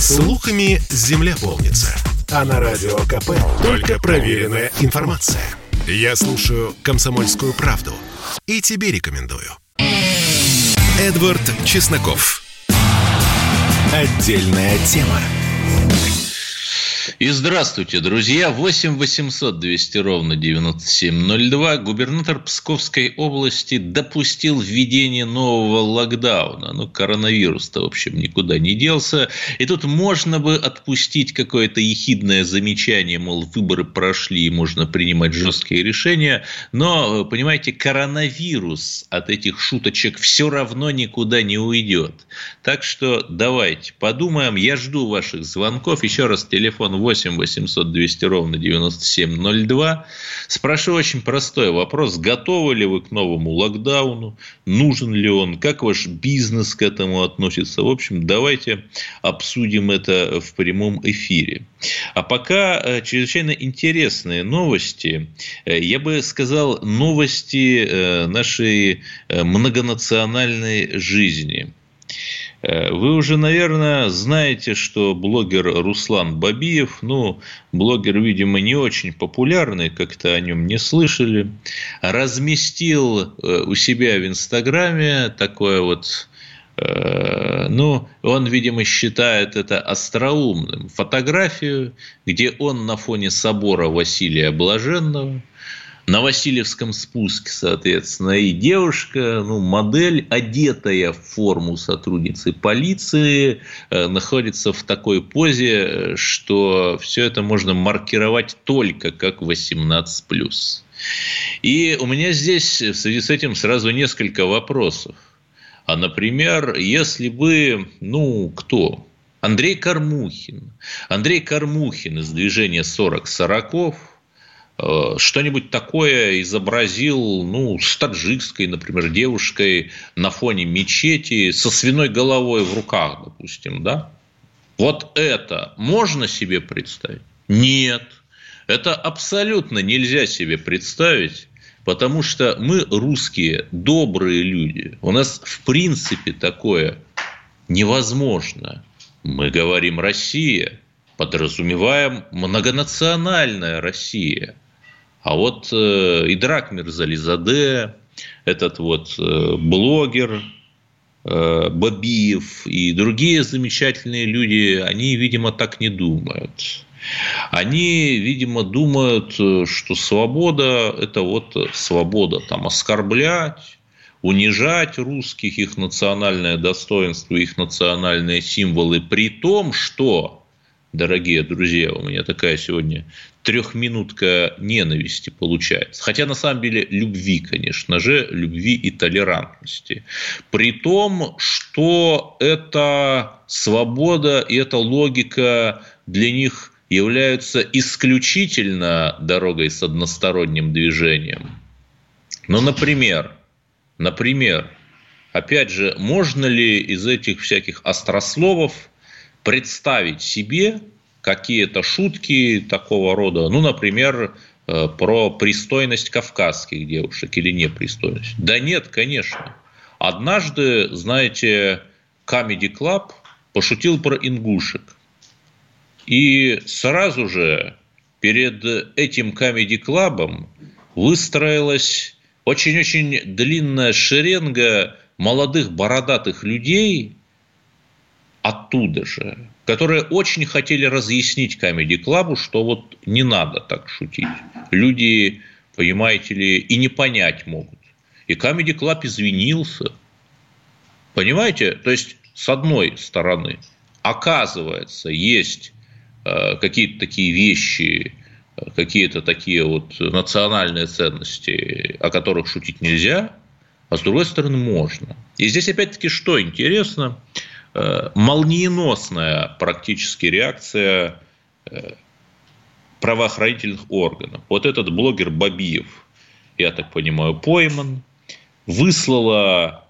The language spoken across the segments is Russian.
Слухами земля полнится. А на Радио КП только проверенная информация. Я слушаю «Комсомольскую правду» и тебе рекомендую. Эдвард Чесноков. Отдельная тема. И здравствуйте, друзья. 8 800 200 ровно 9702. Губернатор Псковской области допустил введение нового локдауна. Коронавирус-то, в общем, никуда не делся. И тут можно бы отпустить какое-то ехидное замечание, мол, выборы прошли, и можно принимать жесткие решения. Но, понимаете, коронавирус от этих шуточек все равно никуда не уйдет. Так что давайте подумаем. Я жду ваших звонков. Еще раз, телефон 8 800 200 ровно 9702. Спрошу очень простой вопрос. Готовы ли вы к новому локдауну? Нужен ли он? Как ваш бизнес к этому относится? В общем, давайте обсудим это в прямом эфире. А пока чрезвычайно интересные новости. Я бы сказал, новости нашей многонациональной жизни. Вы уже, наверное, знаете, что блогер Руслан Бабиев, блогер, видимо, не очень популярный, как-то о нем не слышали, разместил у себя в Инстаграме такое вот, он, видимо, считает это остроумным, фотографию, где он на фоне собора Василия Блаженного, на Васильевском спуске, соответственно, и девушка, модель, одетая в форму сотрудницы полиции, находится в такой позе, что все это можно маркировать только как 18+. И у меня здесь в связи с этим сразу несколько вопросов. А, например, если бы, кто? Андрей Кормухин из движения 40-40 что-нибудь такое изобразил, с таджикской, например, девушкой на фоне мечети со свиной головой в руках, допустим, да? Вот это можно себе представить? Нет. Это абсолютно нельзя себе представить, потому что мы, русские, добрые люди. У нас, в принципе, такое невозможно. Мы говорим «Россия», подразумеваем многонациональная Россия. А вот Идрак Мирзализаде, этот вот блогер Бабиев и другие замечательные люди, они, видимо, так не думают. Они, видимо, думают, что свобода – это вот свобода оскорблять, унижать русских, их национальное достоинство, их национальные символы, при том, что, дорогие друзья, у меня такая сегодня трехминутка ненависти получается. Хотя, на самом деле, любви, конечно же, любви и толерантности. При том, что эта свобода и эта логика для них являются исключительно дорогой с односторонним движением. Например, опять же, можно ли из этих всяких острословов представить себе какие-то шутки такого рода, например, про пристойность кавказских девушек или непристойность? Да нет, конечно. Однажды, знаете, Comedy Club пошутил про ингушек. И сразу же перед этим Comedy Club'ом выстроилась очень-очень длинная шеренга молодых бородатых людей оттуда же, которые очень хотели разъяснить Comedy Club'у, что вот не надо так шутить. Люди, понимаете ли, и не понять могут. И Comedy Club извинился. Понимаете? То есть, с одной стороны, оказывается, есть какие-то такие вещи, какие-то такие вот национальные ценности, о которых шутить нельзя, а с другой стороны можно. И здесь опять-таки что интересно, молниеносная практически реакция правоохранительных органов. Вот этот блогер Бабиев, я так понимаю, пойман, выслала,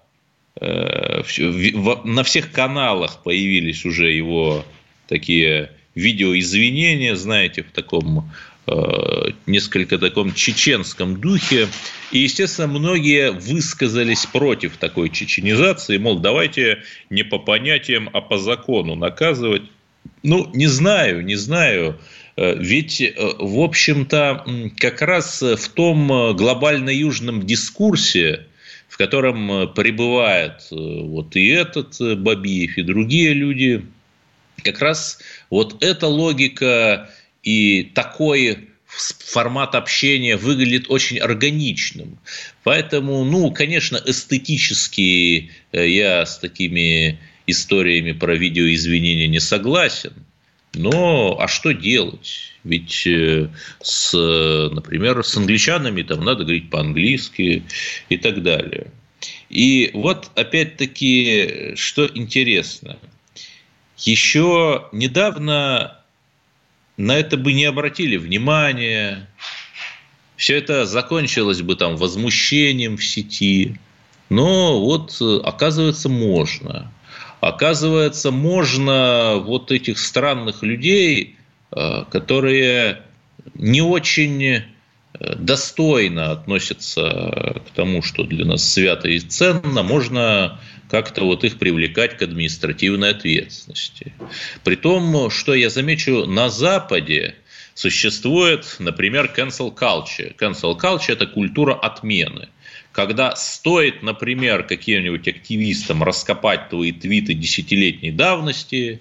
на всех каналах появились уже его такие видеоизвинения, знаете, в таком несколько таком чеченском духе. И, естественно, многие высказались против такой чеченизации, мол, давайте не по понятиям, а по закону наказывать. Не знаю. Ведь, в общем-то, как раз в том глобально-южном дискурсе, в котором пребывает вот и этот Бабиев, и другие люди, как раз вот эта логика и такой формат общения выглядит очень органичным. Поэтому, конечно, эстетически я с такими историями про видеоизвинения не согласен. Но а что делать? Ведь, например, с англичанами там надо говорить по-английски и так далее. И вот опять-таки, что интересно. Еще недавно на это бы не обратили внимания. Все это закончилось бы там возмущением в сети. Но вот, оказывается, можно. Оказывается, можно вот этих странных людей, которые не очень достойно относятся к тому, что для нас свято и ценно, можно как-то вот их привлекать к административной ответственности. При том, что я замечу, на Западе существует, например, cancel culture. Cancel culture – это культура отмены. Когда стоит, например, каким-нибудь активистам раскопать твои твиты десятилетней давности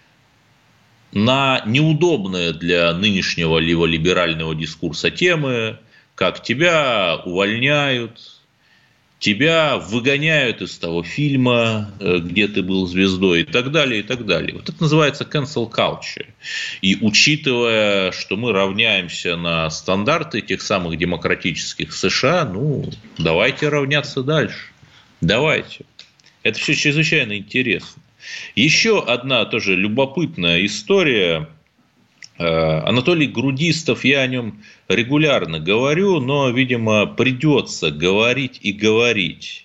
на неудобные для нынешнего либерального дискурса темы, как тебя увольняют, тебя выгоняют из того фильма, где ты был звездой, и так далее, и так далее. Вот это называется cancel culture. И учитывая, что мы равняемся на стандарты тех самых демократических США, давайте равняться дальше. Давайте. Это все чрезвычайно интересно. Еще одна тоже любопытная история. Анатолий Грудистов, я о нем регулярно говорю, но, видимо, придется говорить и говорить.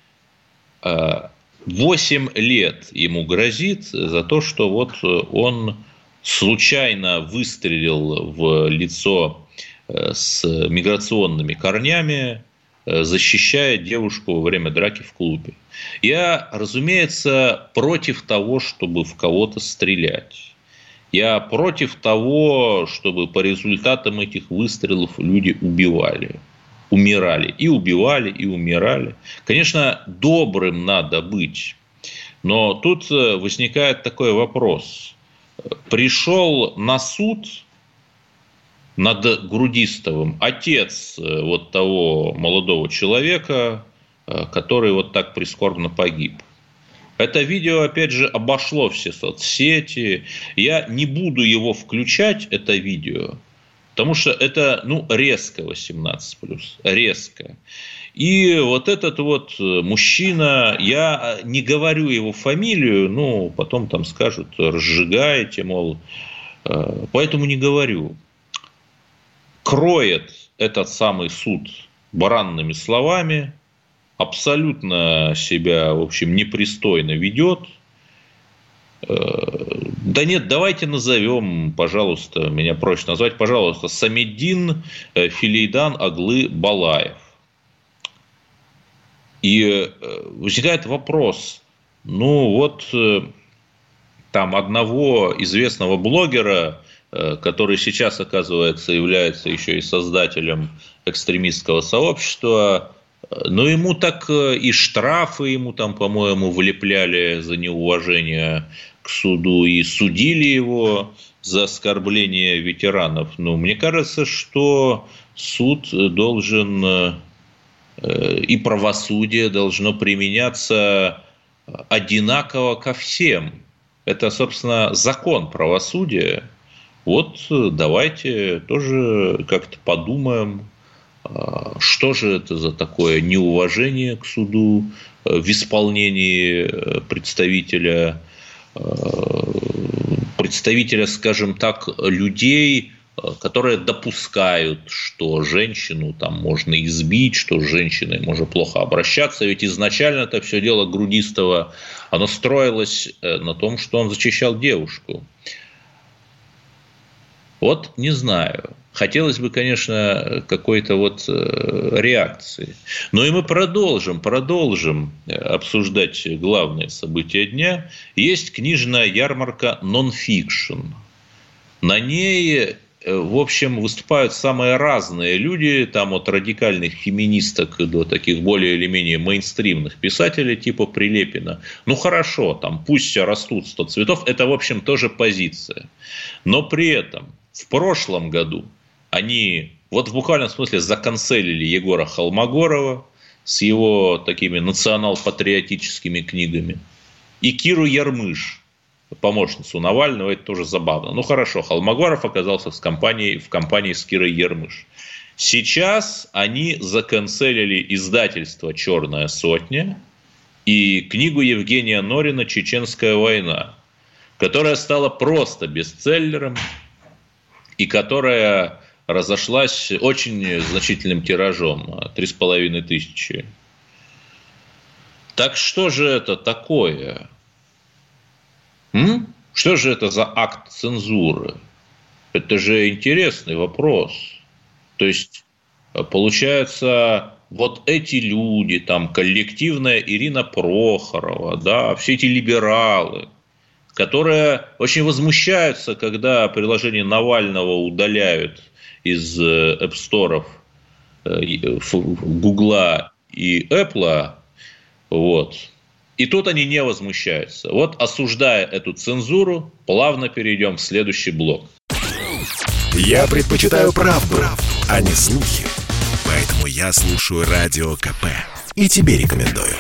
8 лет ему грозит за то, что вот он случайно выстрелил в лицо с миграционными корнями, защищая девушку во время драки в клубе. Я, разумеется, против того, чтобы в кого-то стрелять. Я против того, чтобы по результатам этих выстрелов люди умирали. И убивали, и умирали. Конечно, добрым надо быть. Но тут возникает такой вопрос. Пришел на суд над Грудистовым отец вот того молодого человека, который вот так прискорбно погиб. Это видео, опять же, обошло все соцсети. Я не буду его включать, это видео, потому что это, резко 18+, резко. И вот этот вот мужчина, я не говорю его фамилию, потом там скажут, разжигаете, мол, поэтому не говорю. Кроет этот самый суд бранными словами, абсолютно себя, в общем, непристойно ведет. Да нет, давайте назовем, пожалуйста, меня проще назвать, пожалуйста, Самеддин Филейдан Аглы Балаев. И возникает вопрос, там одного известного блогера, который сейчас, оказывается, является еще и создателем экстремистского сообщества, но ему так и штрафы ему там, по-моему, влепляли за неуважение к суду и судили его за оскорбление ветеранов. Мне кажется, что суд должен и правосудие должно применяться одинаково ко всем. Это, собственно, закон правосудия. Вот давайте тоже как-то подумаем, что же это за такое неуважение к суду в исполнении представителя, скажем так, людей, которые допускают, что женщину там можно избить, что с женщиной можно плохо обращаться. Ведь изначально это все дело Грудистова, оно строилось на том, что он защищал девушку. Вот не знаю. хотелось бы, конечно, какой-то вот реакции. Но и мы продолжим обсуждать главные события дня. Есть книжная ярмарка «Нонфикшн». На ней, в общем, выступают самые разные люди, там от радикальных феминисток до таких более или менее мейнстримных писателей типа Прилепина. Ну, хорошо, там пусть все растут 100 цветов, это, в общем, тоже позиция. Но при этом в прошлом году они, вот в буквальном смысле, законцелили Егора Холмогорова с его такими национал-патриотическими книгами и Киру Ярмыш, помощницу Навального, это тоже забавно. Ну, хорошо, Холмогоров оказался в компании с Кирой Ярмыш. Сейчас они заканцелили издательство «Черная сотня» и книгу Евгения Норина «Чеченская война», которая стала просто бестселлером и которая разошлась очень значительным тиражом, 3500. Так что же это такое? Что же это за акт цензуры? Это же интересный вопрос. То есть, получается, вот эти люди, там, коллективная Ирина Прохорова, да, все эти либералы, которые очень возмущаются, когда приложение Навального удаляют из App Store'ов Гугла и Apple, вот. И тут они не возмущаются. Вот, осуждая эту цензуру, плавно перейдем в следующий блок. Я предпочитаю правду, а не слухи. Поэтому я слушаю Радио КП. И тебе рекомендую.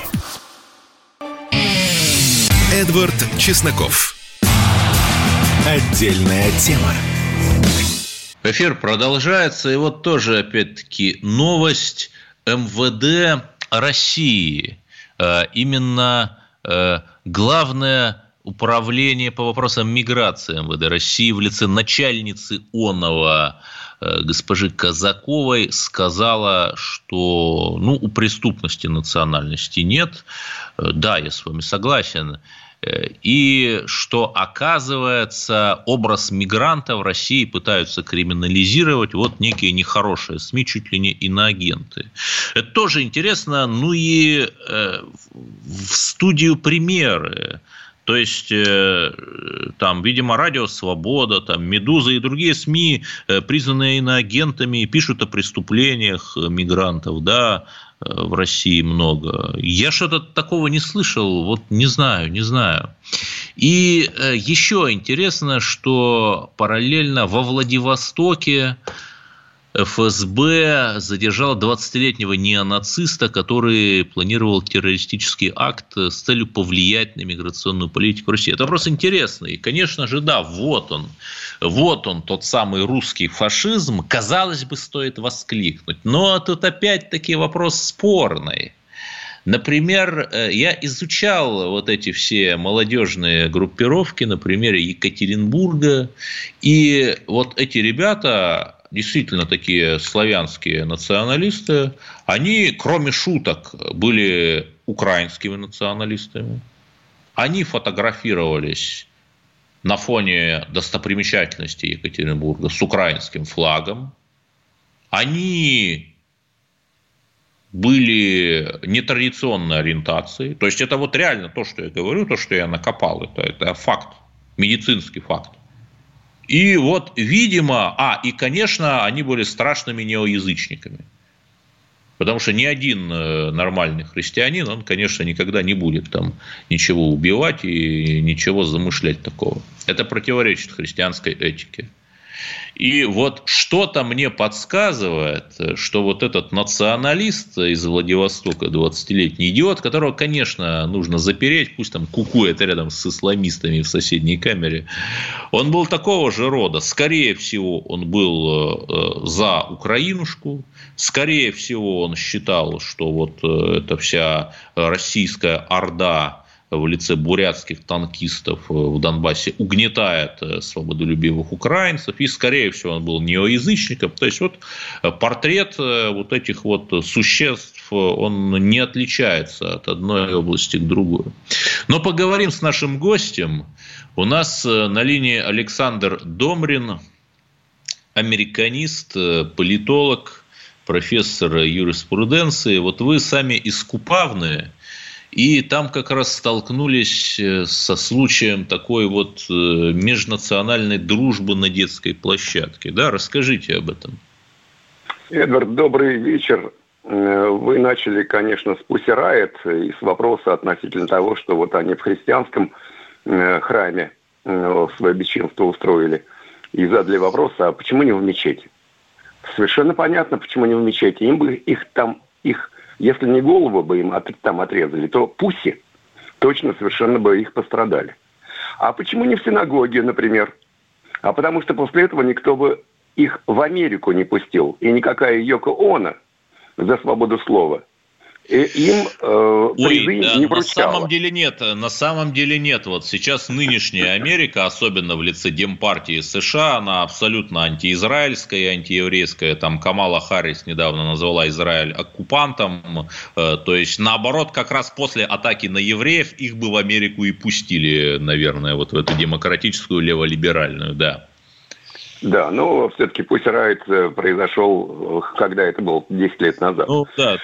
Эдвард Чесноков. Отдельная тема. Эфир продолжается. И вот тоже, опять-таки, новость МВД России. Именно главное управление по вопросам миграции МВД России в лице начальницы ОНОВА госпожи Казаковой сказала, что у преступности национальности нет. Да, я с вами согласен. И что, оказывается, образ мигранта в России пытаются криминализировать вот некие нехорошие СМИ, чуть ли не иноагенты. Это тоже интересно. Ну и в студию примеры. То есть, там, видимо, Радио Свобода, там, Медуза и другие СМИ, признанные иноагентами, пишут о преступлениях мигрантов, да, в России много. Я что-то такого не слышал, вот не знаю. И еще интересно, что параллельно во Владивостоке ФСБ задержал 20-летнего неонациста, который планировал террористический акт с целью повлиять на миграционную политику России. Это просто интересно. И, конечно же, да, вот он, тот самый русский фашизм. Казалось бы, стоит воскликнуть. Но тут опять-таки вопрос спорный. Например, я изучал вот эти все молодежные группировки на примере Екатеринбурга. И вот эти ребята, действительно такие славянские националисты, они, кроме шуток, были украинскими националистами. Они фотографировались на фоне достопримечательностей Екатеринбурга с украинским флагом. Они были нетрадиционной ориентации. То есть, это вот реально то, что я говорю, то, что я накопал. Это факт, медицинский факт. И вот, видимо, и, конечно, они были страшными неоязычниками. Потому что ни один нормальный христианин, он, конечно, никогда не будет там ничего убивать и ничего замышлять такого. Это противоречит христианской этике. И вот что-то мне подсказывает, что вот этот националист из Владивостока, 20-летний идиот, которого, конечно, нужно запереть, пусть там кукует рядом с исламистами в соседней камере, он был такого же рода. Скорее всего, он был за Украинушку, скорее всего, он считал, что вот эта вся российская орда в лице бурятских танкистов в Донбассе угнетает свободолюбивых украинцев, и, скорее всего, он был неоязычником. То есть, вот портрет вот этих вот существ, он не отличается от одной области к другой. Но поговорим с нашим гостем. У нас на линии Александр Домрин, американист, политолог, профессор юриспруденции. Вот вы сами из Купавны, и там как раз столкнулись со случаем такой вот межнациональной дружбы на детской площадке. Да, расскажите об этом. Эдвард, добрый вечер. Вы начали, конечно, с Pussy Riot и с вопроса относительно того, что вот они в христианском храме свое бесчинство устроили. И задали вопрос, а почему не в мечети? Совершенно понятно, почему не в мечети. Им бы их, если не голову бы им там отрезали, то пуси точно совершенно бы их пострадали. А почему не в синагоге, например? А потому что после этого никто бы их в Америку не пустил. И никакая Йоко Оно за свободу слова им призы не вручала. На самом деле нет. Вот сейчас нынешняя Америка, особенно в лице Демпартии США, она абсолютно антиизраильская и антиеврейская. Там Камала Харрис недавно назвала Израиль оккупантом. То есть, наоборот, как раз после атаки на евреев их бы в Америку и пустили, наверное, вот в эту демократическую леволиберальную, да. Да, но все-таки Pussy Riot произошел, когда это было 10 лет назад. Ну, да.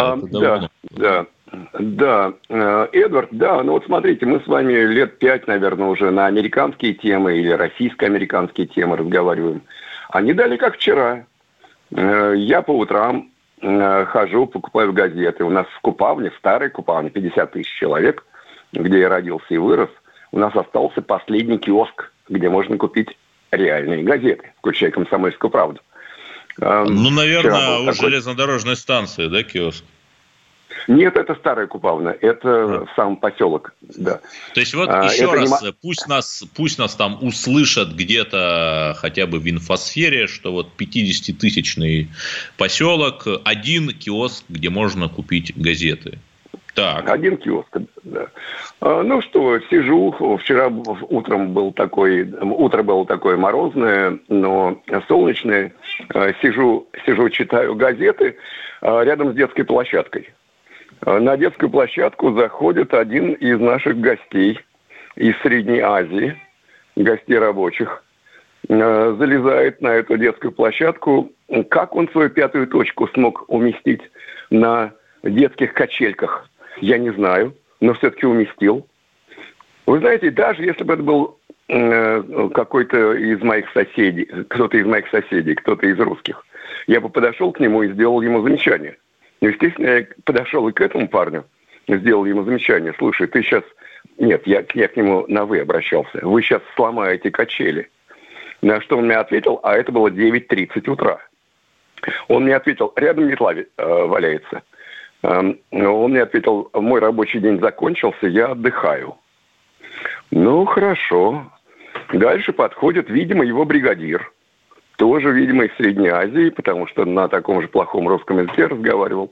Эдвард, ну вот смотрите, мы с вами лет 5, наверное, уже на американские темы или российско-американские темы разговариваем. А не дали, как вчера. Я по утрам хожу, покупаю газеты. У нас в Купавне, в старой Купавне, 50 тысяч человек, где я родился и вырос, у нас остался последний киоск, где можно купить реальные газеты, включая «Комсомольскую правду». Ну, наверное, у железнодорожной станции, да, киоск? Нет, это старая Купавна, это сам поселок, да. То есть вот еще раз, пусть нас там услышат где-то хотя бы в инфосфере, что вот 50-тысячный поселок, один киоск, где можно купить газеты. Так. Один киоск, да. Ну что, сижу, вчера утро было такое морозное, но солнечное. Сижу, читаю газеты рядом с детской площадкой. На детскую площадку заходит один из наших гостей из Средней Азии, гостей рабочих, залезает на эту детскую площадку. Как он свою пятую точку смог уместить на детских качельках? Я не знаю, но все-таки уместил. Вы знаете, даже если бы это был какой-то из моих соседей, кто-то из русских, я бы подошел к нему и сделал ему замечание. Естественно, я подошел и к этому парню, сделал ему замечание. Слушай, ты сейчас... Нет, я к нему на «вы» обращался. Вы сейчас сломаете качели. На что он мне ответил, а это было 9:30 утра. Он мне ответил, рядом метла валяется. Он мне ответил, мой рабочий день закончился, я отдыхаю. Ну, хорошо. Дальше подходит, видимо, его бригадир. Тоже, видимо, из Средней Азии, потому что на таком же плохом русском языке разговаривал.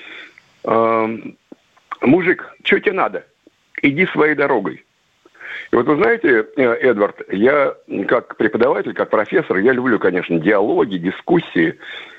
Мужик, что тебе надо? Иди своей дорогой. И вот вы знаете, Эдвард, я как преподаватель, как профессор, я люблю, конечно, диалоги, дискуссии,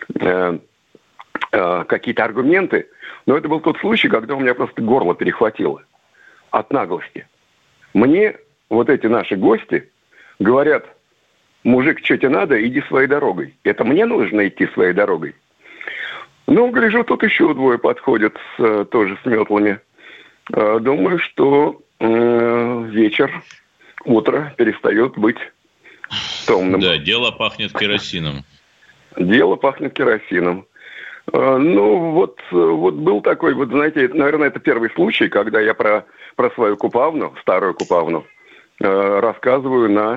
какие-то аргументы. Но это был тот случай, когда у меня просто горло перехватило от наглости. Мне вот эти наши гости говорят, мужик, что тебе надо, иди своей дорогой. Это мне нужно идти своей дорогой. Ну, гляжу, тут еще двое подходят тоже с метлами. Думаю, что вечер, утро перестает быть томным. Да, дело пахнет керосином. Дело пахнет керосином. Ну, вот был такой, вот знаете, наверное, это первый случай, когда я про свою Купавну, старую Купавну, рассказываю на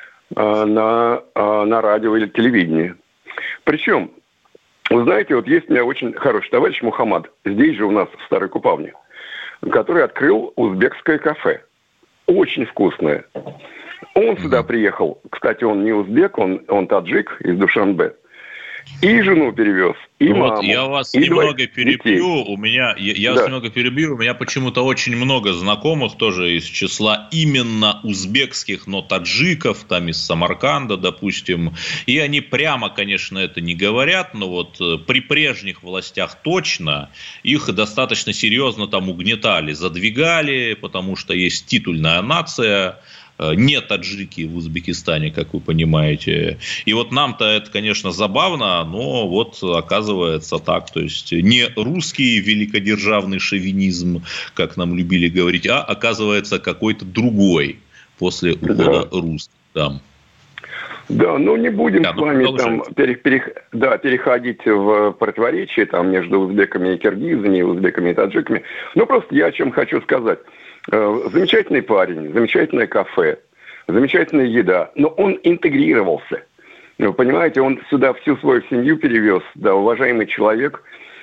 радио или телевидении. Причем, вы знаете, вот есть у меня очень хороший товарищ Мухаммад, здесь же у нас в Старой Купавне, который открыл узбекское кафе. Очень вкусное. Он сюда приехал, кстати, он не узбек, он таджик из Душанбе. И жену перевез, и маму. Я вас немного перебью. У меня почему-то очень много знакомых тоже из числа именно узбекских, но таджиков, там из Самарканда, допустим. И они прямо, конечно, это не говорят, но вот при прежних властях точно их достаточно серьезно там угнетали, задвигали, потому что есть титульная нация. не таджики в Узбекистане, как вы понимаете. И вот нам-то это, конечно, забавно, но вот оказывается так. То есть не русский великодержавный шовинизм, как нам любили говорить, а оказывается какой-то другой после ухода русских. Да, ну не будем с вами там переходить в противоречия там между узбеками и киргизами, узбеками и таджиками. Ну просто я о чем хочу сказать. Замечательный парень, замечательное кафе, замечательная еда, но он интегрировался. Вы понимаете, он сюда всю свою семью перевез, да, уважаемый человек,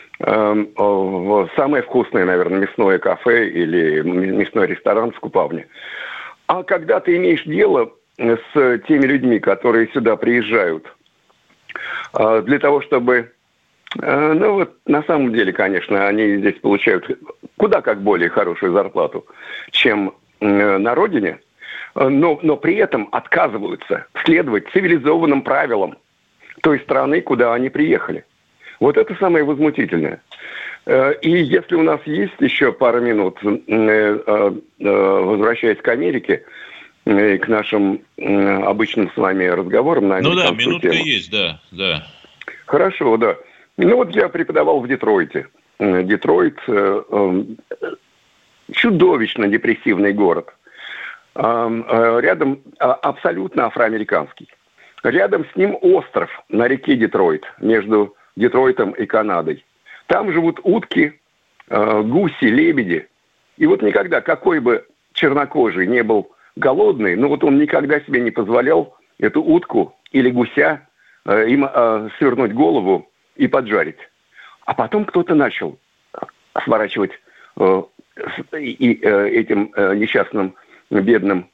в самое вкусное, наверное, мясное кафе или мясной ресторан в Купавне. А когда ты имеешь дело с теми людьми, которые сюда приезжают, для того, чтобы... Ну вот на самом деле, конечно, они здесь получают куда как более хорошую зарплату, чем на родине, но при этом отказываются следовать цивилизованным правилам той страны, куда они приехали. Вот это самое возмутительное. И если у нас есть еще пару минут, возвращаясь к Америке, и к нашим обычным с вами разговорам на американскую тему. Ну да, минутка есть, да. Хорошо, да. Ну вот я преподавал в Детройте. Детройт чудовищно депрессивный город. Рядом абсолютно афроамериканский. Рядом с ним остров на реке Детройт, между Детройтом и Канадой. Там живут утки, гуси, лебеди. И вот никогда, какой бы чернокожий не был голодный, но вот он никогда себе не позволял эту утку или гуся им свернуть голову и поджарить. А потом кто-то начал сворачивать этим несчастным, бедным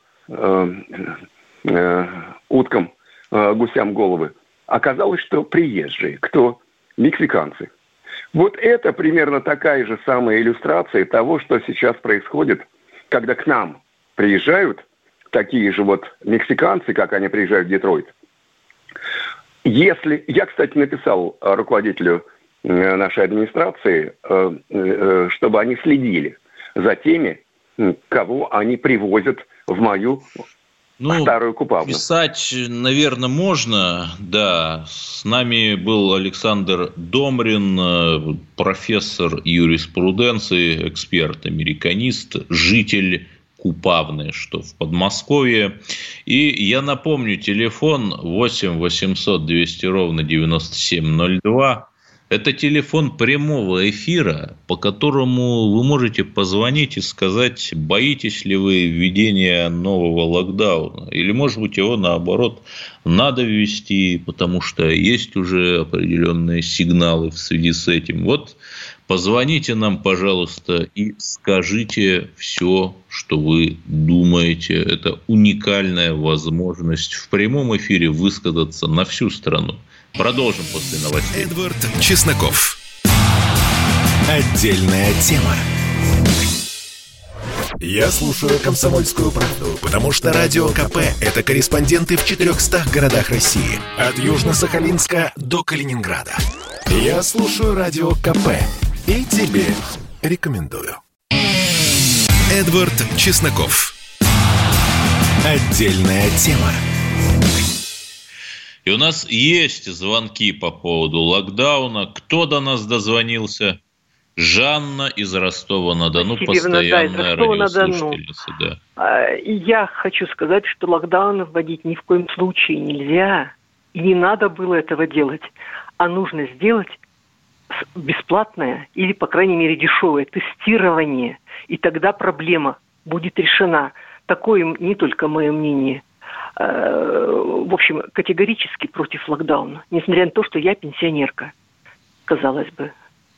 уткам, гусям головы. Оказалось, что приезжие, кто мексиканцы. Вот это примерно такая же самая иллюстрация того, что сейчас происходит, когда к нам приезжают такие же вот мексиканцы, как они приезжают в Детройт. Если... Я, кстати, написал руководителю нашей администрации, чтобы они следили за теми, кого они привозят в мою старую Купавну. Писать, наверное, можно, да. С нами был Александр Домрин, профессор юриспруденции, эксперт-американист, житель Купавны, что в Подмосковье. И я напомню, телефон 8 800 200 ровно 9702. Это телефон прямого эфира, по которому вы можете позвонить и сказать, боитесь ли вы введения нового локдауна. Или, может быть, его, наоборот, надо ввести, потому что есть уже определенные сигналы в связи с этим. Вот позвоните нам, пожалуйста, и скажите все, что вы думаете. Это уникальная возможность в прямом эфире высказаться на всю страну. Продолжим после новостей. Эдвард Чесноков. Отдельная тема. Я слушаю «Комсомольскую правду», потому что Радио КП – это корреспонденты в 400 городах России. От Южно-Сахалинска до Калининграда. Я слушаю Радио КП и тебе рекомендую. Эдвард Чесноков. Отдельная тема. И у нас есть звонки по поводу локдауна. Кто до нас дозвонился? Жанна из Ростова-на-Дону, постоянная радиослушательница. Да. Я хочу сказать, что локдаун вводить ни в коем случае нельзя. И не надо было этого делать. А нужно сделать бесплатное или, по крайней мере, дешевое тестирование. И тогда проблема будет решена. Такое не только мое мнение. В общем, категорически против локдауна, несмотря на то, что я пенсионерка, казалось бы.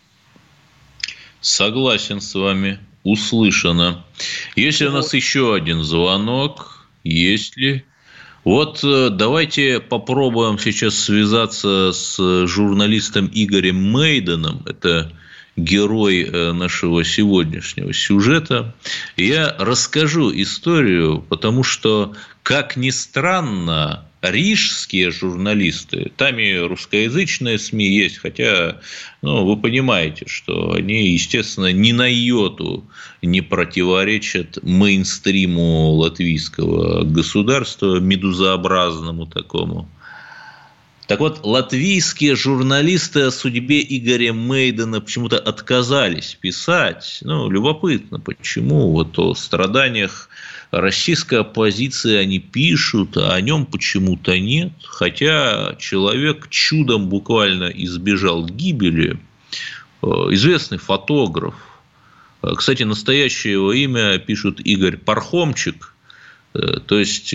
Согласен с вами, услышано. Есть ли у нас еще один звонок? Есть ли? Вот давайте попробуем сейчас связаться с журналистом Игорем Мейданом. Это герой нашего сегодняшнего сюжета. Я расскажу историю, потому что, как ни странно, рижские журналисты, там и русскоязычные СМИ есть, хотя, вы понимаете, что они, естественно, ни на йоту не противоречат мейнстриму латвийского государства, медузообразному такому. Так вот, латвийские журналисты о судьбе Игоря Мейдана почему-то отказались писать. Любопытно, почему о страданиях российской оппозиции они пишут, а о нем почему-то нет. Хотя человек чудом буквально избежал гибели. Известный фотограф. Кстати, настоящее его имя пишут Игорь Пархомчик. То есть,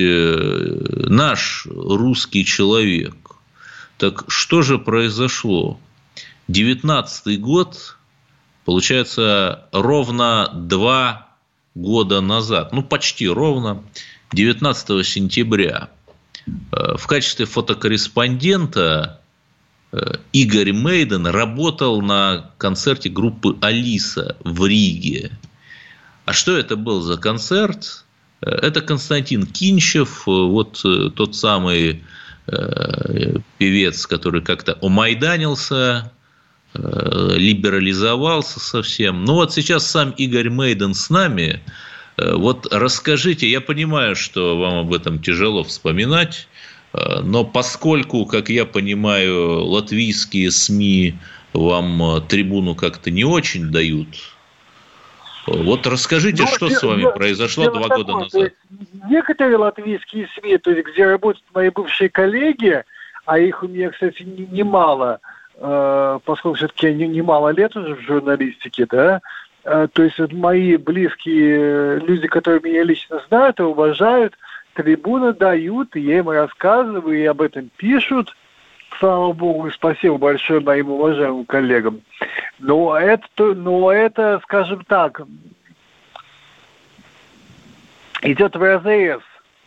наш русский человек. Так что же произошло? 19-й год, получается, ровно 2 года назад, почти ровно, 19 сентября, в качестве фотокорреспондента Игорь Мейдан работал на концерте группы «Алиса» в Риге. А что это был за концерт? Это Константин Кинчев, тот самый певец, который как-то омайданился, либерализовался совсем. Сейчас сам Игорь Мейдан с нами. Расскажите, я понимаю, что вам об этом тяжело вспоминать, но поскольку, как я понимаю, латвийские СМИ вам трибуну как-то не очень дают, расскажите, что с вами произошло 2 года назад. Некоторые латвийские СМИ, то есть где работают мои бывшие коллеги, а их у меня, кстати, немало, поскольку все-таки немало лет уже в журналистике, да, то есть мои близкие люди, которые меня лично знают и уважают, трибуны дают, и я им рассказываю, и об этом пишут. Слава богу, и спасибо большое моим уважаемым коллегам. Но это, скажем так, идет вразрез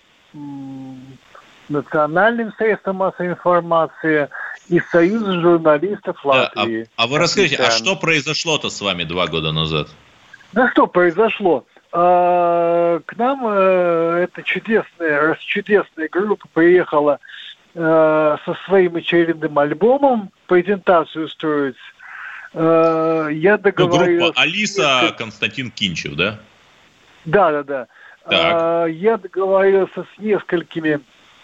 национальным средством массовой информации и Союзом журналистов Латвии. А вы расскажите, а что произошло-то с вами 2 года назад? Да что произошло? К нам эта чудесная группа приехала со своим очередным альбомом, презентацию устроить. Я договорился... группа «Алиса», Константин Кинчев, да? Да. Я договорился с несколькими,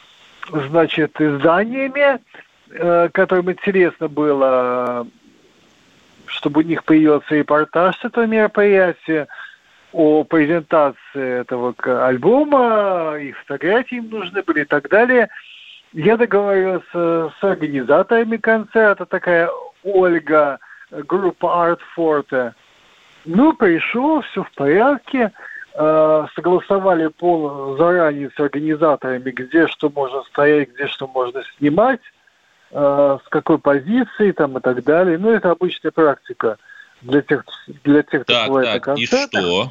изданиями, которым интересно было, чтобы у них появился репортаж с этого мероприятия, о презентации этого альбома, и фотографии им нужны были и так далее. Я договорился с организаторами концерта, такая Ольга, группа Art Forte. Пришел, все в порядке. Согласовали заранее с организаторами, где что можно стоять, где что можно снимать, с какой позиции там и так далее. Это обычная практика для тех, кто бывает на концертах. И что?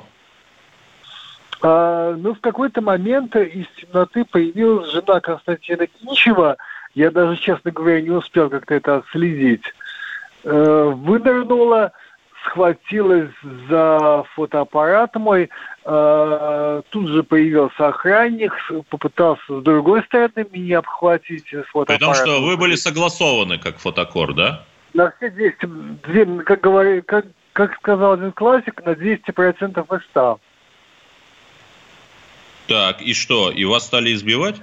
В какой-то момент из темноты появилась жена Константина Кинчева. Я даже, честно говоря, не успел как-то это отследить. Вынырнула, схватилась за фотоаппарат мой. Тут же появился охранник, попытался с другой стороны меня обхватить с фотоаппаратом. При том, что вы были согласованы как фотокор, да? На все 200, как сказал один классик, на 200% из 100. Так, и что? И вас стали избивать?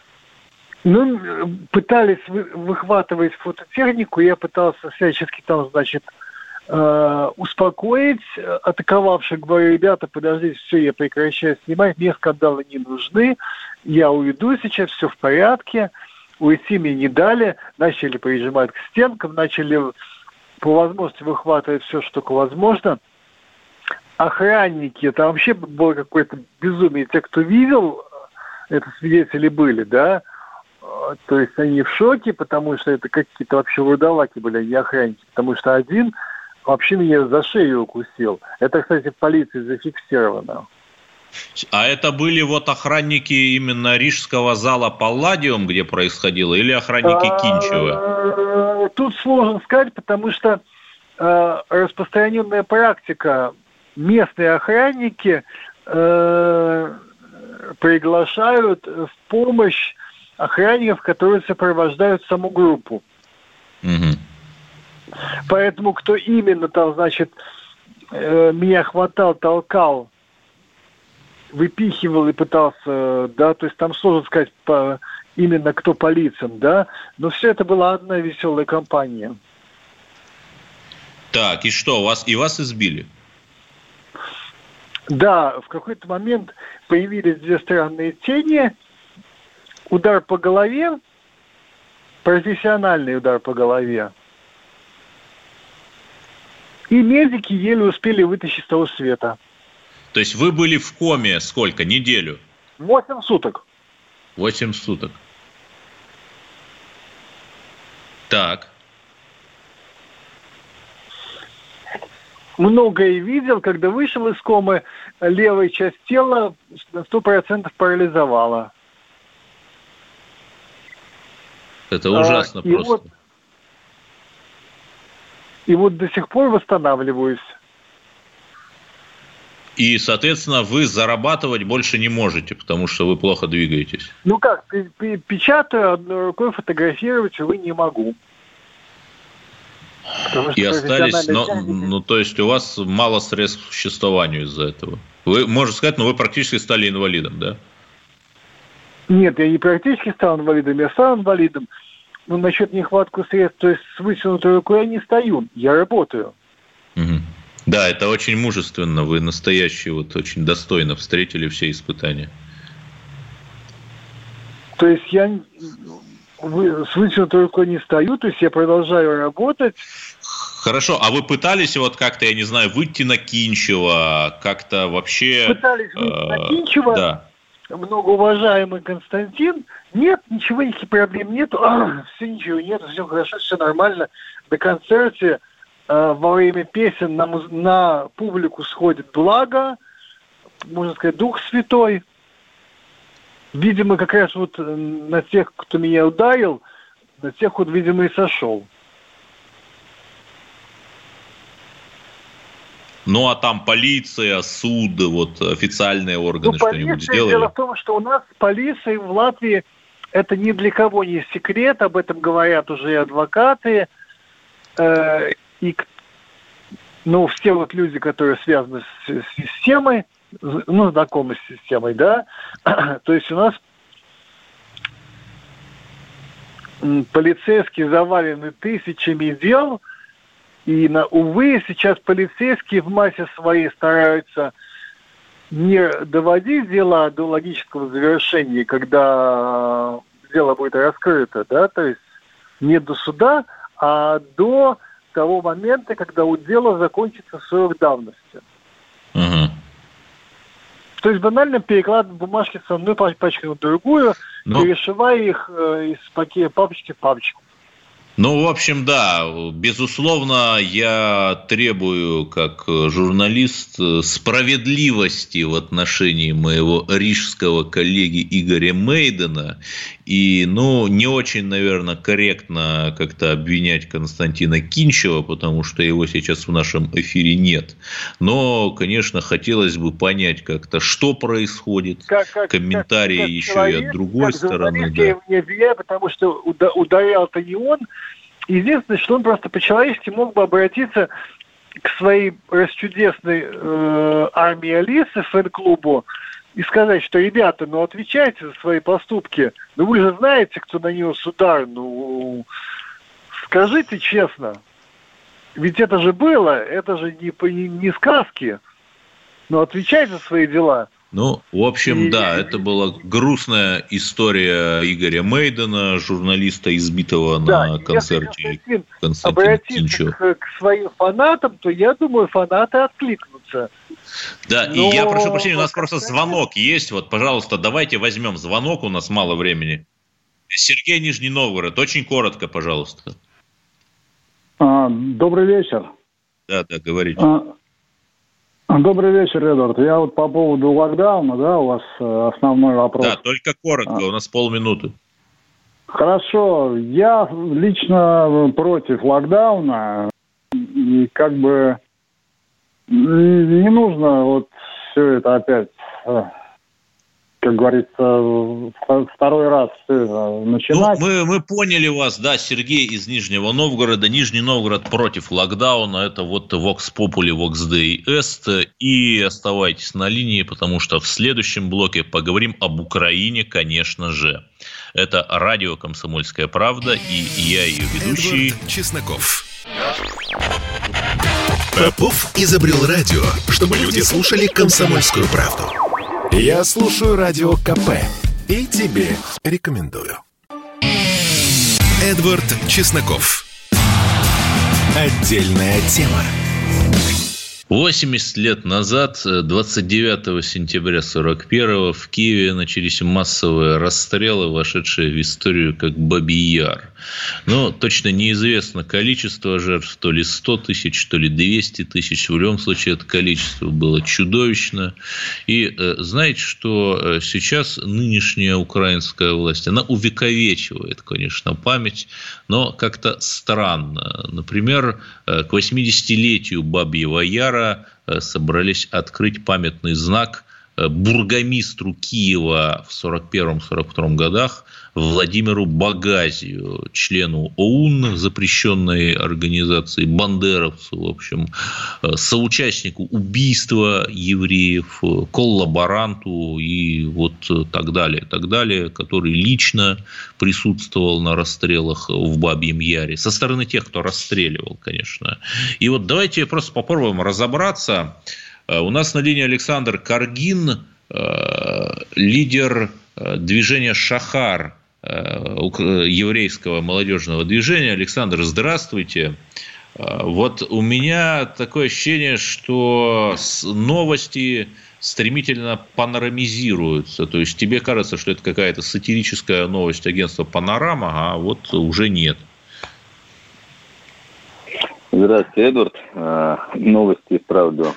Пытались выхватывать фототехнику, я пытался всячески там, успокоить атаковавших, говорю, ребята, подождите, все, я прекращаю снимать, мне скандалы не нужны, я уйду сейчас, все в порядке, уйти мне не дали, начали прижимать к стенкам, начали по возможности выхватывать все, что только возможно. Охранники, там вообще было какое-то безумие. Те, кто видел, это свидетели были, да, то есть они в шоке, потому что это какие-то вообще вурдалаки были, а не охранники, потому что один вообще меня за шею укусил. Это, кстати, в полиции зафиксировано. А это были охранники именно рижского зала Палладиум, где происходило, или охранники Кинчева? Тут сложно сказать, потому что распространенная практика, местные охранники приглашают в помощь охранников, которые сопровождают саму группу. Угу. Поэтому кто именно там, значит, меня хватал, толкал, выпихивал и пытался, да, то есть там сложно сказать именно кто по лицам, да, но все это была одна веселая компания. Так, и что, вас избили? Да, в какой-то момент появились две странные тени, удар по голове, профессиональный удар по голове, и медики еле успели вытащить с того света. То есть вы были в коме сколько? Неделю? 8 суток. 8 суток. Так. Многое видел, когда вышел из комы, левая часть тела на 100% парализовала. Это ужасно просто. И вот до сих пор восстанавливаюсь. И, соответственно, вы зарабатывать больше не можете, потому что вы плохо двигаетесь. Ну как, печатаю одной рукой, фотографировать, увы, не могу. И остались, то есть у вас мало средств к существованию из-за этого. Вы, можно сказать, вы практически стали инвалидом, да? Нет, я не практически стал инвалидом, я стал инвалидом. Но насчет нехватки средств, то есть с вытянутой рукой я не стою, я работаю. Угу. Да, это очень мужественно, вы настоящие, очень достойно встретили все испытания. То есть я с вытянутой рукой не стою, то есть я продолжаю работать. Хорошо, а вы пытались как-то, я не знаю, выйти на Кинчева, как-то вообще... Пытались выйти на Кинчева, да. Многоуважаемый Константин, нет, ничего, никаких проблем нету, все ничего нету, все хорошо, все нормально. На концерте во время песен на публику сходит благо, можно сказать, Дух Святой. Видимо, как раз на тех, кто меня ударил, на тех видимо, и сошел. Ну, а там полиция, суд, официальные органы что-нибудь сделали? Дело в том, что у нас полиция в Латвии, это ни для кого не секрет, об этом говорят уже и адвокаты, и все люди, которые связаны с системой, знакомы с системой, да, то есть у нас полицейские завалены тысячами дел, и, увы, сейчас полицейские в массе своей стараются не доводить дела до логического завершения, когда дело будет раскрыто, да, то есть не до суда, а до того момента, когда у дела закончится срок давности. Угу. То есть банально перекладывать бумажки с одной пачкой на другую, перешивая их из папочки в папочку. В общем, да, безусловно, я требую, как журналист, справедливости в отношении моего рижского коллеги Игоря Мейдена. И, не очень, наверное, корректно как-то обвинять Константина Кинчева, потому что его сейчас в нашем эфире нет. Но, конечно, хотелось бы понять как-то, что происходит. Комментарии как еще человек, и от другой стороны. Да. Я его не обвиняю, потому что ударял-то не он. Единственное, что он просто по-человечески мог бы обратиться к своей расчудесной армии Алисы, фэн-клубу, и сказать, что, ребята, отвечайте за свои поступки. Вы же знаете, кто нанес удар. Скажите честно. Ведь это же было, это же не сказки. Отвечайте за свои дела. В общем, да, это была грустная история Игоря Мейдена, журналиста, избитого на концерте Константина Кинчева. К своим фанатам, то, я думаю, фанаты откликнутся. Да, и я прошу прощения, у нас просто звонок есть. Пожалуйста, давайте возьмем звонок, у нас мало времени. Сергей, Нижний Новгород, очень коротко, пожалуйста. Добрый вечер. Да, говорите. Добрый вечер, Эдвард. Я по поводу локдауна, да, у вас основной вопрос. Да, только коротко, у нас полминуты. Хорошо. Я лично против локдауна. И не нужно все это опять как говорится, второй раз начинать. Ну, мы поняли вас, да, Сергей из Нижнего Новгорода. Нижний Новгород против локдауна. Это вот Vox Populi, Vox Dei Est. И оставайтесь на линии, потому что в следующем блоке поговорим об Украине, конечно же. Это радио «Комсомольская правда» и я, ее ведущий Эдвард Чесноков. Попов изобрел радио, чтобы люди слушали «Комсомольскую правду». Я слушаю радио КП и тебе рекомендую. Эдвард Чесноков. Отдельная тема. 80 лет назад, 29 сентября 1941 в Киеве начались массовые расстрелы, вошедшие в историю как Бабий Яр. Но точно неизвестно количество жертв, то ли 100 тысяч, то ли 200 тысяч. В любом случае, это количество было чудовищно. И знаете, что сейчас нынешняя украинская власть, она увековечивает, конечно, память, но как-то странно. Например, к 80-летию Бабьего Яра собрались открыть памятный знак бургомистру Киева в 1941-1942 годах Владимиру Багазию, члену ОУН, запрещенной организации, бандеровцу, в общем, соучастнику убийства евреев, коллаборанту и вот так далее, который лично присутствовал на расстрелах в Бабьем Яре, со стороны тех, кто расстреливал, конечно. И вот давайте просто попробуем разобраться. У нас на линии Александр Каргин, лидер движения «Шахар», еврейского молодежного движения. Александр, здравствуйте. Вот у меня такое ощущение, что новости стремительно панорамизируются. То есть тебе кажется, что это какая-то сатирическая новость агентства «Панорама», а вот уже нет. Здравствуйте, Эдвард. Новости, правда,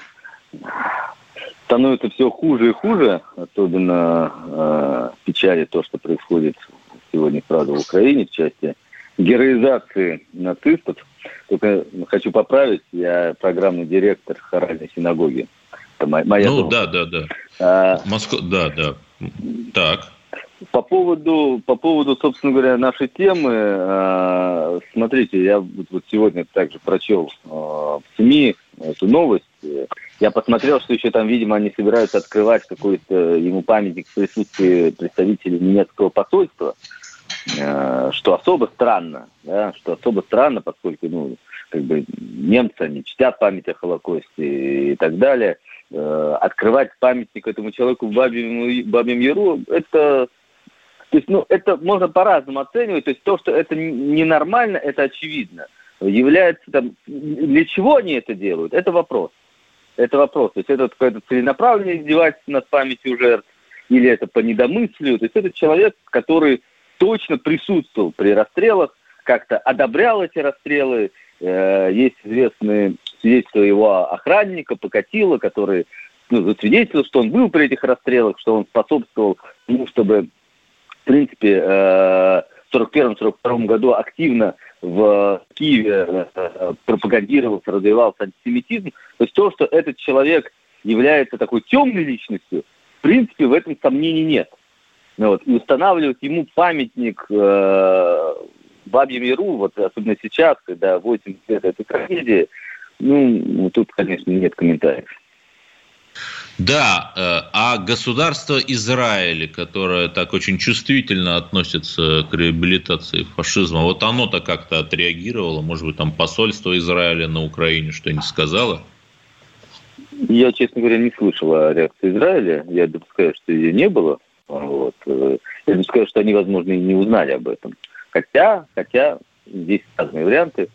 становится все хуже и хуже. Особенно печалит то, что происходит сегодня, правда, в Украине в части героизации нацистов. Только хочу поправить, я программный директор хоральной синагоги. Это моя должность. Да. Да. Так. По поводу, собственно говоря, нашей темы, смотрите, я вот сегодня также прочел в СМИ эту новость. Я посмотрел, что еще там, видимо, они собираются открывать какой-то ему памятник в присутствии представителей немецкого посольства, что особо странно, поскольку, немцы, они чтят память о Холокосте и так далее. Открывать памятник этому человеку в Бабьем Яру, это можно по-разному оценивать. То есть то, что это ненормально, это очевидно. Является для чего они это делают, это вопрос. То есть это какое-то целенаправленное издевательство над памятью жертв, или это по недомыслию. То есть это человек, который точно присутствовал при расстрелах, как-то одобрял эти расстрелы. Есть известные свидетельства его охранника, Покатила, который засвидетельствовал, что он был при этих расстрелах, что он способствовал тому, чтобы, в принципе, в 1941-1942 году активно в Киеве пропагандировался, развивался антисемитизм. То есть то, что этот человек является такой темной личностью, в принципе, в этом сомнений нет. И устанавливать ему памятник в Бабьем Яру, особенно сейчас, когда 80 лет этой трагедии, тут, конечно, нет комментариев. Да, а государство Израиль, которое так очень чувствительно относится к реабилитации фашизма, вот оно-то как-то отреагировало, может быть, там посольство Израиля на Украине что-нибудь сказало? Я, честно говоря, не слышал о реакции Израиля, я допускаю, что ее не было. Я допускаю, что они, возможно, и не узнали об этом. Хотя здесь разные варианты.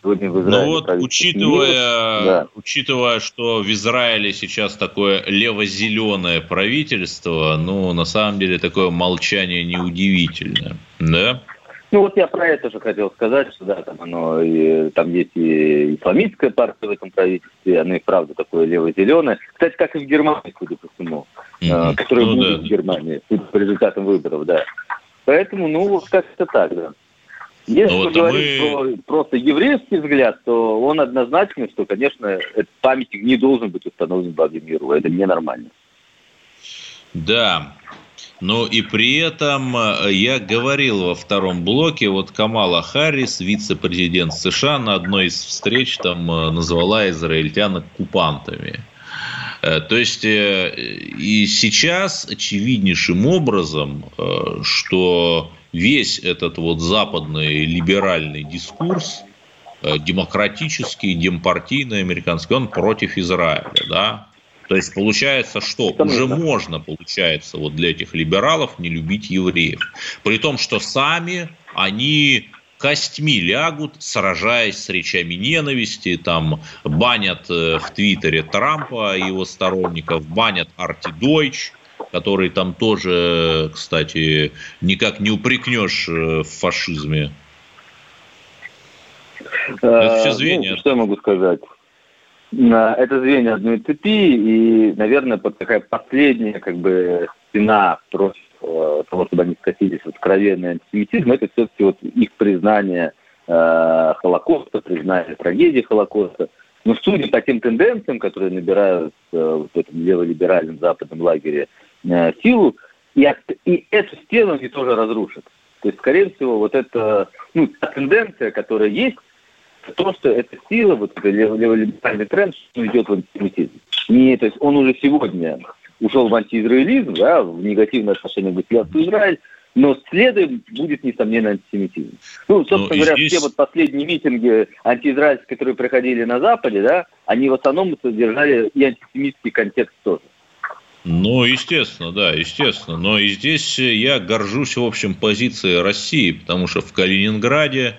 Учитывая, что в Израиле сейчас такое лево-зеленое правительство, на самом деле такое молчание неудивительное, да? Я про это же хотел сказать, что там есть и исламистская партия в этом правительстве, она и правда такое лево-зеленое. Кстати, как и в Германии, судя по всему, которая будет в Германии, по результатам выборов, да. Поэтому, как-то так, да. Если говорить про просто еврейский взгляд, то он однозначный, что, конечно, этот памятник не должен быть установлен в Бабьем Яру. Это ненормально. Да. Но и при этом я говорил во втором блоке, вот Камала Харрис, вице-президент США, на одной из встреч там назвала израильтян оккупантами. То есть и сейчас очевиднейшим образом, что весь этот вот западный либеральный дискурс, демократический, демпартийный, американский, он против Израиля, да? То есть получается, что уже можно, получается, вот для этих либералов не любить евреев. При том, что сами они костьми лягут, сражаясь с речами ненависти, там банят в Твиттере Трампа и его сторонников, банят Арти Дойч, который там тоже, кстати, никак не упрекнешь в фашизме. Это все звенья. Ну, что я могу сказать? Это звенья одной цепи, и, наверное, такая последняя стена против того, чтобы они скатились в откровенный антисемитизм, это все-таки вот их признание Холокоста, признание трагедии Холокоста. Но судя по тем тенденциям, которые набирают в этом леволиберальном западном лагере силу, и эту стену они тоже разрушат. То есть, скорее всего, вот эта та тенденция, которая есть, то, что эта сила, вот этот леволиберальный тренд, идет в антисемитизм. То есть он уже сегодня ушел в антиизраилизм, да, в негативное отношение к государству Израиль, но следом будет, несомненно, антисемитизм. Собственно говоря, здесь... все вот последние митинги антиизраильские, которые проходили на Западе, да, они в основном содержали и антисемитский контекст тоже. Естественно, да, естественно. Но и здесь я горжусь, в общем, позицией России, потому что в Калининграде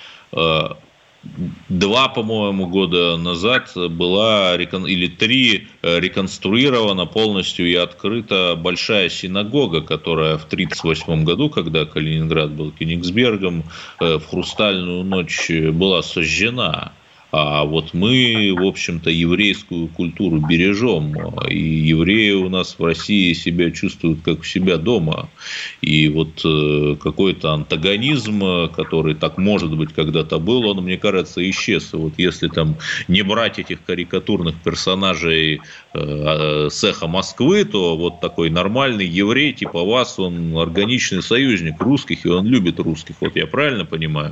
2, по-моему, года назад была, или 3, реконструирована полностью и открыта большая синагога, которая в 1938 году, когда Калининград был Кенигсбергом, в Хрустальную ночь была сожжена. А вот мы, в общем-то, еврейскую культуру бережем. И евреи у нас в России себя чувствуют как у себя дома. И вот какой-то антагонизм, который так, может быть, когда-то был, он, мне кажется, исчез. И вот если там не брать этих карикатурных персонажей с «Эхо Москвы», то вот такой нормальный еврей типа вас, он органичный союзник русских, и он любит русских. Вот я правильно понимаю?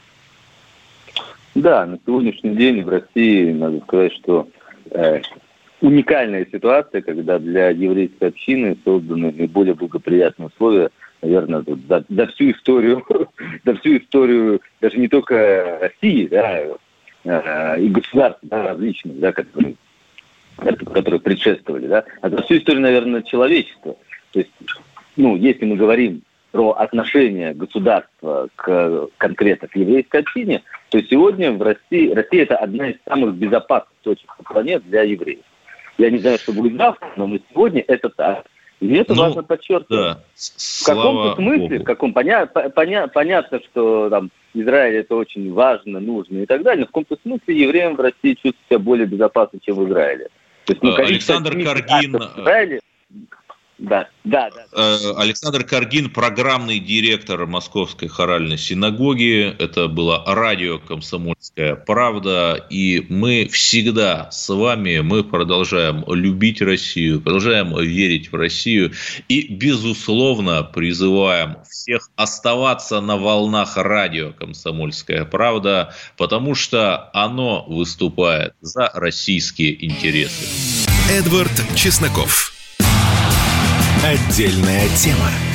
Да, на сегодняшний день в России, надо сказать, что уникальная ситуация, когда для еврейской общины созданы наиболее благоприятные условия, наверное, за всю историю, даже не только России, да, и государств, да, различных, да, которые предшествовали, да, а за всю историю, наверное, человечества. То есть, если мы говорим про отношение государства конкретно к еврейской общине, то сегодня в Россия это одна из самых безопасных точек планеты для евреев. Я не знаю, что будет завтра, но сегодня это так. И это важно подчеркивать. Да. В каком-то смысле, понятно, что там Израиль это очень важно, нужно и так далее, но в каком-то смысле евреям в России чувствуют себя более безопасно, чем в Израиле. То есть, Александр Каргин... Да. Александр Каргин, программный директор Московской хоральной синагоги. Это было радио «Комсомольская правда». И мы всегда с вами, мы продолжаем любить Россию, продолжаем верить в Россию. И, безусловно, призываем всех оставаться на волнах радио «Комсомольская правда», потому что оно выступает за российские интересы. Эдвард Чесноков. Отдельная тема.